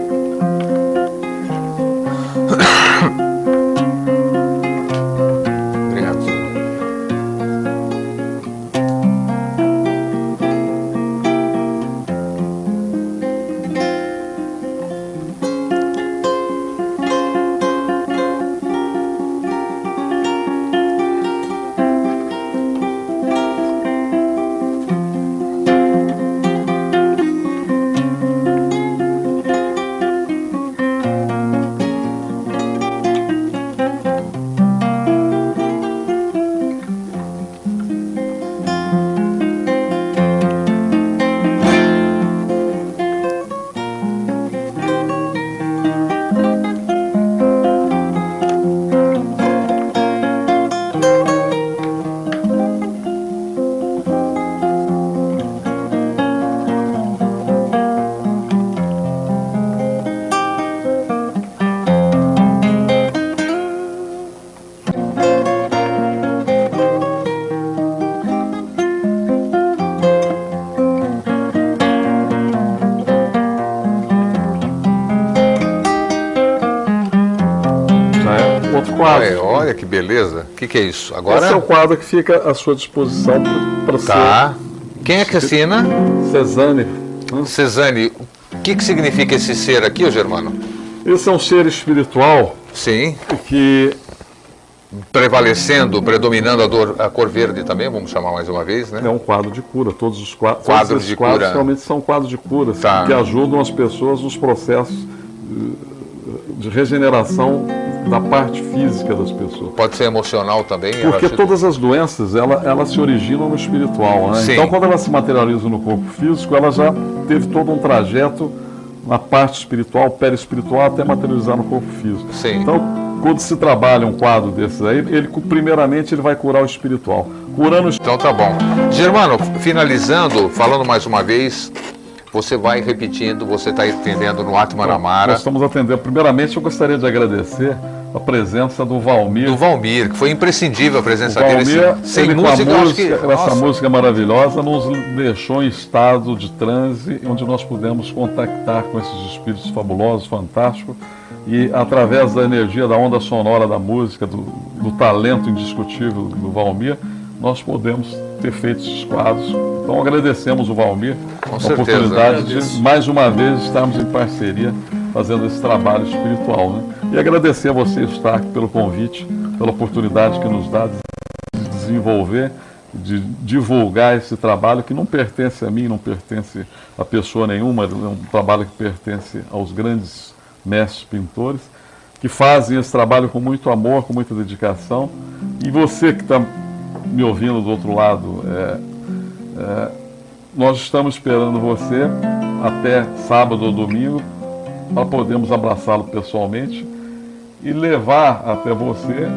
quadros. Olha que beleza. O que é isso? Agora... Esse é o quadro que fica à sua disposição para Tá. Quem é que assina? Cezanne. Cezanne. O que significa esse ser aqui, ô Germano? Esse é um ser espiritual Sim. que Prevalecendo, predominando a cor verde também, vamos chamar mais uma vez, né? é um quadro de cura. Todos os quadros, Quadros todos esses de quadros cura. realmente são quadros de cura, Tá. que ajudam as pessoas nos processos de regeneração da parte física das pessoas. Pode ser emocional também. Porque ela- todas as doenças, elas se originam no espiritual, né? Sim. Então, quando elas se materializam no corpo físico, ela já teve todo um trajeto na parte espiritual, perispiritual, até materializar no corpo físico. Sim. Então, quando se trabalha um quadro desses aí, primeiramente ele vai curar o espiritual. Curando o Então tá bom. Germano, finalizando, falando mais uma vez, você vai repetindo, você está atendendo no Atmanamara. Nós estamos atendendo. Primeiramente, eu gostaria de agradecer a presença do Valmir. Do Valmir, que foi imprescindível a presença dele. Valmir, Sem ele música, com a eu acho música, que... essa Nossa. música maravilhosa nos deixou em estado de transe, onde nós pudemos contactar com esses espíritos fabulosos, fantásticos, e através da energia, da onda sonora da música, do talento indiscutível do Valmir, nós podemos ter feito esses quadros. Então agradecemos o Valmir a certeza. oportunidade de, mais uma vez, estarmos em parceria fazendo esse trabalho espiritual, né? E agradecer a você, Eustáquio, pelo convite, pela oportunidade que nos dá de desenvolver, de divulgar esse trabalho que não pertence a mim, não pertence a pessoa nenhuma, é um trabalho que pertence aos grandes mestres pintores, que fazem esse trabalho com muito amor, com muita dedicação. E você que está me ouvindo do outro lado, nós estamos esperando você até sábado ou domingo para podermos abraçá-lo pessoalmente e levar até você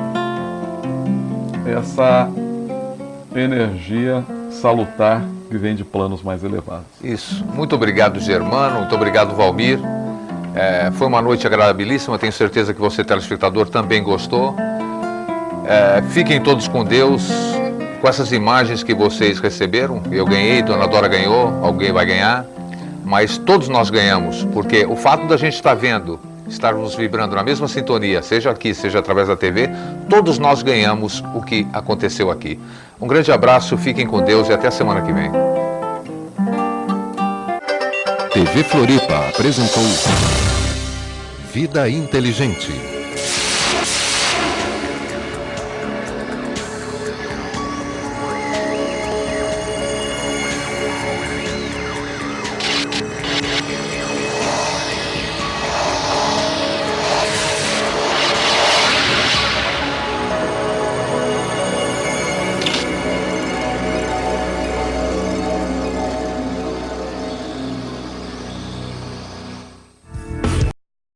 essa energia salutar que vem de planos mais elevados. Isso. Muito obrigado, Germano. Muito obrigado, Valmir. Foi uma noite agradabilíssima. Tenho certeza que você, telespectador, também gostou. Fiquem todos com Deus. Com essas imagens que vocês receberam, eu ganhei, Dona Dora ganhou, alguém vai ganhar. Mas todos nós ganhamos, porque o fato da gente estar vendo, estarmos vibrando na mesma sintonia, seja aqui, seja através da TV, todos nós ganhamos o que aconteceu aqui. Um grande abraço, fiquem com Deus e até a semana que vem. TV Floripa apresentou Vida Inteligente.